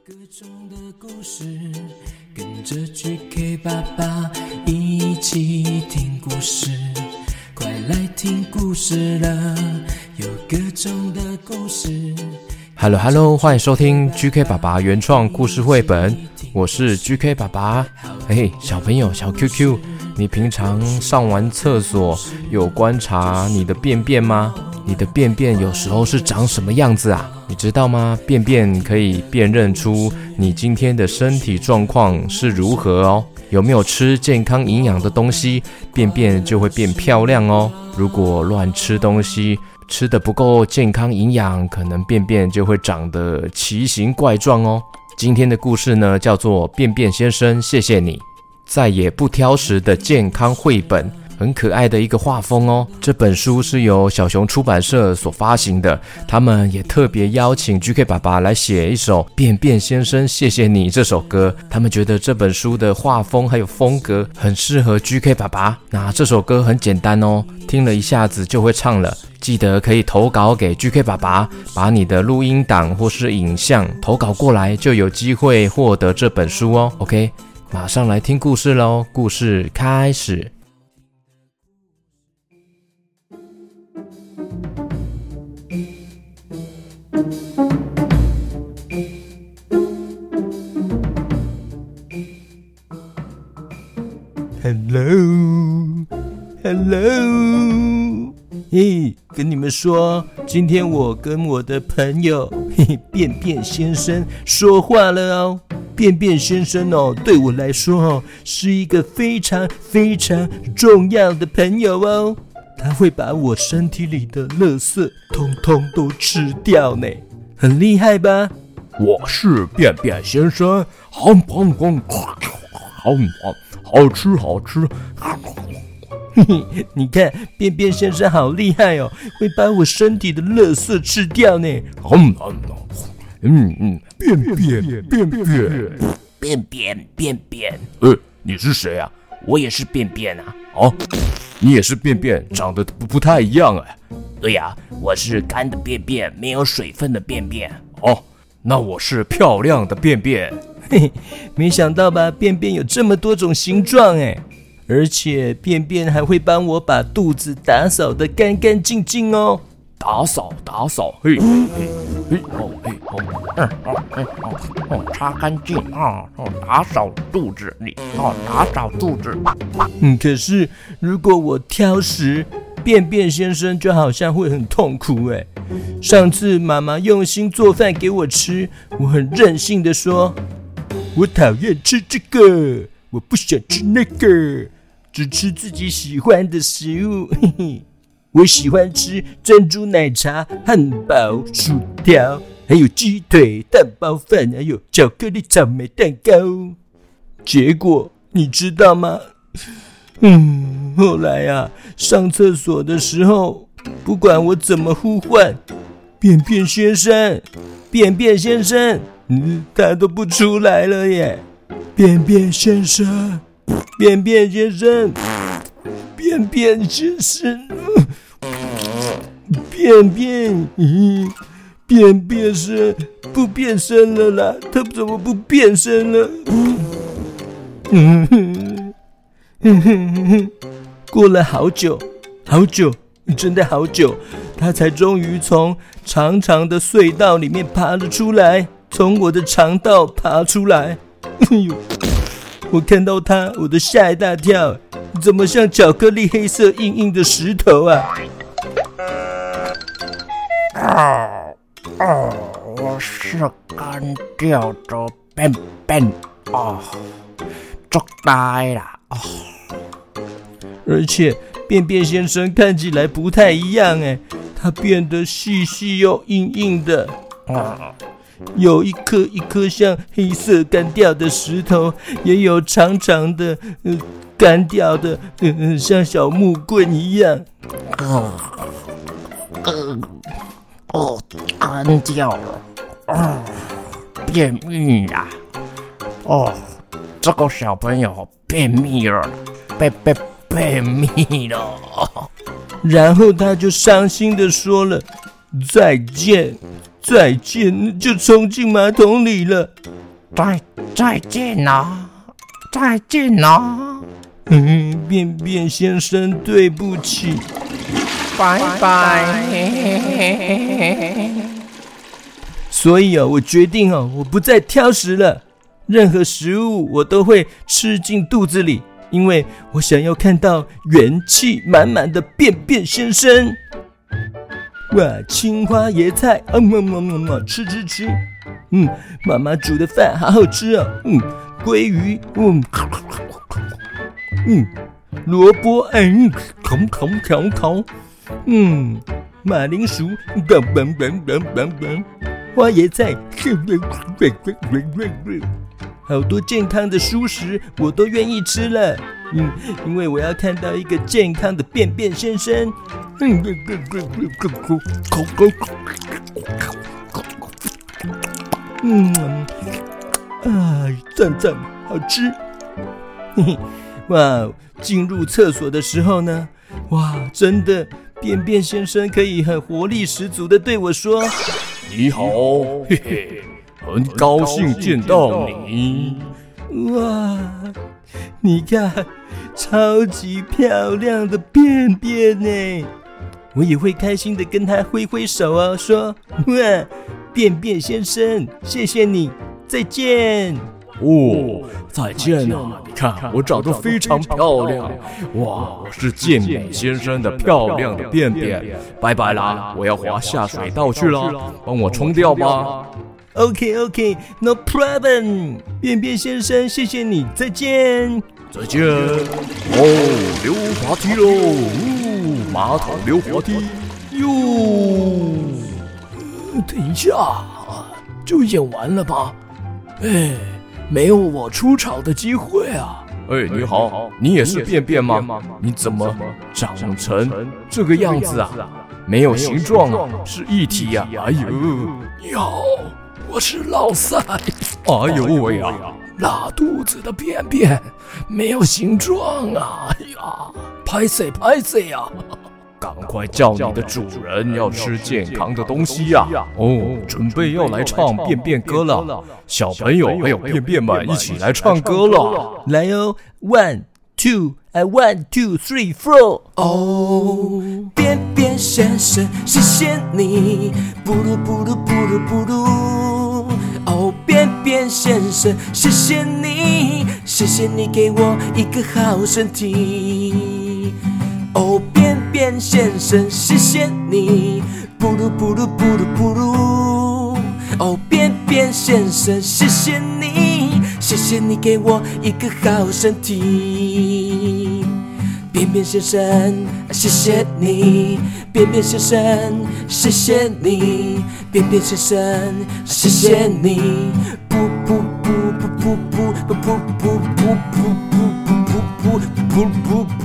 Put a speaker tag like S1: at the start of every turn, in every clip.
S1: 各种的故事，跟着 GK 爸爸一起听故事，快来听故事了，有各种的故事。
S2: Hello， 欢迎收听 GK 爸爸原创故事绘本，我是 GK 爸爸。小朋友，小 QQ， 你平常上完厕所有观察你的便便吗？你的便便有时候是长什么样子啊？你知道吗？便便可以辨认出你今天的身体状况是如何哦。有没有吃健康营养的东西，便便就会变漂亮哦。如果乱吃东西，吃得不够健康营养，可能便便就会长得奇形怪状哦。今天的故事呢，叫做便便先生谢谢你，再也不挑食的健康绘本，很可爱的一个画风哦。这本书是由小熊出版社所发行的，他们也特别邀请 GK 爸爸来写一首便便先生谢谢你这首歌，他们觉得这本书的画风还有风格很适合 GK 爸爸。那这首歌很简单哦，听了一下子就会唱了，记得可以投稿给 GK 爸爸，把你的录音档或是影像投稿过来，就有机会获得这本书哦。 OK， 马上来听故事咯，故事开始。
S3: Hello， 跟你们说，今天我跟我的朋友便便先生说话了哦。便便先生哦，对我来说哦，是一个非常非常重要的朋友哦。他会把我身体里的垃圾通通都吃掉呢，很厉害吧？
S4: 我是便便先生，好吃好吃。
S3: 你看便便先生好厉害哦，会把我身体的垃圾吃掉呢。
S4: 便便，你是谁啊？
S5: 我也是便便啊。
S4: 哦，你也是便便，长得不太一样哎。
S5: 对呀，我是干的便便，没有水分的便便。
S4: 哦，那我是漂亮的便便。
S3: 没想到吧，便便有这么多种形状哎，而且便便还会帮我把肚子打扫得干干净净哦。
S4: 打扫，
S5: 擦干净啊，打扫肚子，打扫肚子。
S3: 可是如果我挑食，便便先生就好像会很痛苦哎。上次妈妈用心做饭给我吃，我很任性的说，我讨厌吃这个，我不想吃那个，只吃自己喜欢的食物。我喜欢吃珍珠奶茶、汉堡、薯条，还有鸡腿、蛋包饭，还有巧克力草莓蛋糕。结果你知道吗？后来啊，上厕所的时候，不管我怎么呼唤，便便先生，便便先生，他都不出来了耶。便便先生，便便先生，便便先生，便便声不变声了啦，他怎么不变声了？过了好久，真的好久，他才终于从长长的隧道里面爬了出来，从我的肠道爬出来。我看到他，我都吓一大跳，怎么像巧克力黑色硬硬的石头啊？
S5: 我是干掉的便便捉呆了
S3: 而且便便先生看起来不太一样哎，他变得细细又硬硬的，有一颗一颗像黑色干掉的石头，也有长长的干掉的像小木棍一样。
S5: 干掉了，便秘啦！这个小朋友便秘了，便秘了。
S3: 然后他就伤心地说了再见。 再见，就冲进马桶里了。
S5: 再见啊，再见啊，
S3: 便便先生，对不起，
S5: 拜拜。
S3: 所以我决定我不再挑食了，任何食物我都会吃进肚子里，因为我想要看到元气满满的便便先生。哇，青花椰菜，吃。妈妈煮的饭好好吃哦。鲑鱼，萝卜，烤。马铃薯，花椰菜，好多健康的蔬食我都愿意吃了。因为我要看到一个健康的便便先生。赞，好吃。哇，进入厕所的时候呢，哇，真的便便先生可以很活力十足的对我说：“
S4: 你好，嘿嘿，很高兴见到你。”
S3: 哇，你看，超级漂亮的便便呢！我也会开心的跟他挥挥手哦，说：“哇，便便先生，谢谢你，再见。”
S4: 哦，再见啊！你看我长得非常漂亮，哇，我是健美先生的漂亮的便便。拜拜啦，我要滑下水道去了，帮我冲掉吧。
S3: OK, no problem。便便先生，谢谢你，再见。
S4: 再见。哦，溜滑梯喽，马桶溜滑梯哟。
S1: 等一下，就演完了吧？没有我出场的机会啊！
S4: 你好，你也是便便吗？你怎么长成这个样子啊？没有形状啊，是液体啊！哎呦，
S1: 你好，我是老塞。
S4: 哎呦喂呀，
S1: 拉肚子的便便没有形状啊！哎呀，拍谁呀！
S4: 赶快叫你的主人要吃健康的东西呀！准备要来唱便便歌了，小朋友还有便便们一起来唱歌了。
S3: 来哦 ，1 2 1 2 3 4。
S1: 哦，便便先生，谢谢你，布鲁布鲁布鲁布鲁。哦，便便先生，谢谢你，谢谢你给我一个好身体。哦，便便先生，谢谢你，布鲁布鲁布鲁布鲁。哦，便便先生，谢谢你，谢谢你给我一个好身体。便便先生，谢谢你，便便先生，谢谢你，便便先生，谢谢你，不不不不不不不不不不不不不不不。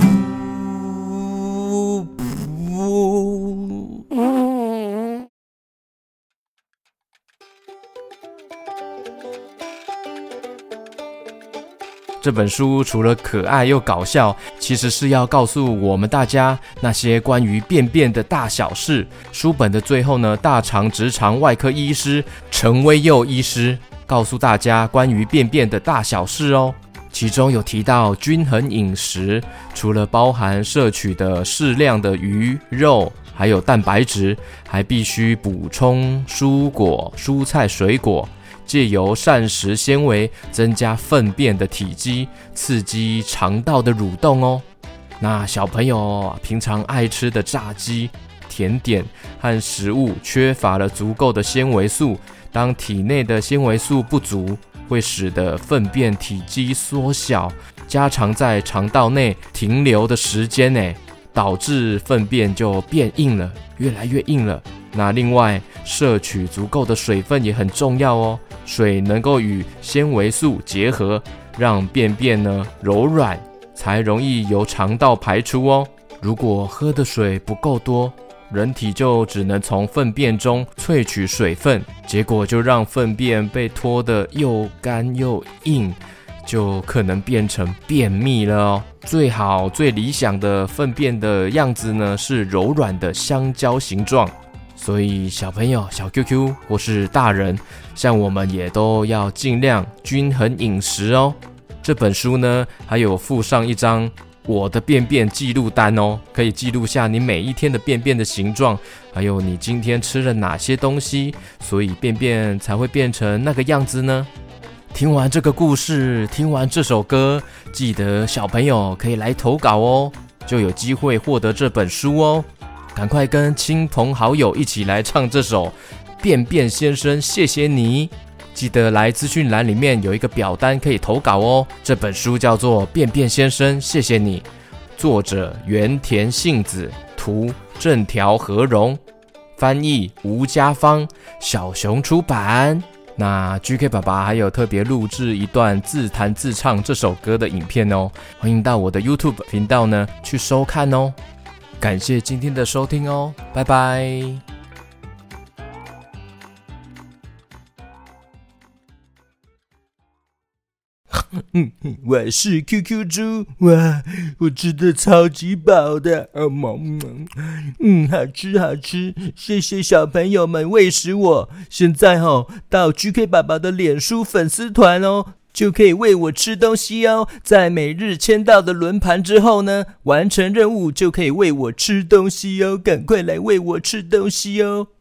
S2: 这本书除了可爱又搞笑，其实是要告诉我们大家那些关于便便的大小事。书本的最后呢，大肠直肠外科医师陈威佑医师告诉大家关于便便的大小事哦。其中有提到均衡饮食，除了包含摄取的适量的鱼肉还有蛋白质，还必须补充蔬果、蔬菜、水果，借由膳食纤维增加粪便的体积，刺激肠道的蠕动哦。那小朋友平常爱吃的炸鸡、甜点和食物缺乏了足够的纤维素，当体内的纤维素不足，会使得粪便体积缩小，加长在肠道内停留的时间，导致粪便就变硬了，越来越硬了。那另外摄取足够的水分也很重要哦，水能够与纤维素结合，让便便呢柔软，才容易由肠道排出哦。如果喝的水不够多，人体就只能从粪便中萃取水分，结果就让粪便被拖得又干又硬，就可能变成便秘了哦。最理想的粪便的样子呢，是柔软的香蕉形状。 所以小朋友、小 QQ 或是大人，像我们也都要尽量均衡饮食哦。这本书呢，还有附上一张我的便便记录单哦，可以记录下你每一天的便便的形状，还有你今天吃了哪些东西，所以便便才会变成那个样子呢。听完这个故事，听完这首歌，记得小朋友可以来投稿哦，就有机会获得这本书哦。赶快跟亲朋好友一起来唱这首《便便先生谢谢你》，记得来资讯栏里面有一个表单可以投稿哦。这本书叫做《便便先生谢谢你》，作者原田幸子，图正条和荣，翻译吴家芳，小熊出版。那 GK 爸爸还有特别录制一段自弹自唱这首歌的影片哦，欢迎到我的 YouTube 频道呢去收看哦。感谢今天的收听哦，拜拜。
S3: 我是 QQ 猪，哇，我吃的超级饱的，好吃好吃，谢谢小朋友们喂食我。现在到 GK 爸爸的脸书粉丝团哦，就可以喂我吃东西哦。在每日签到的轮盘之后呢，完成任务就可以喂我吃东西哦，赶快来喂我吃东西哦。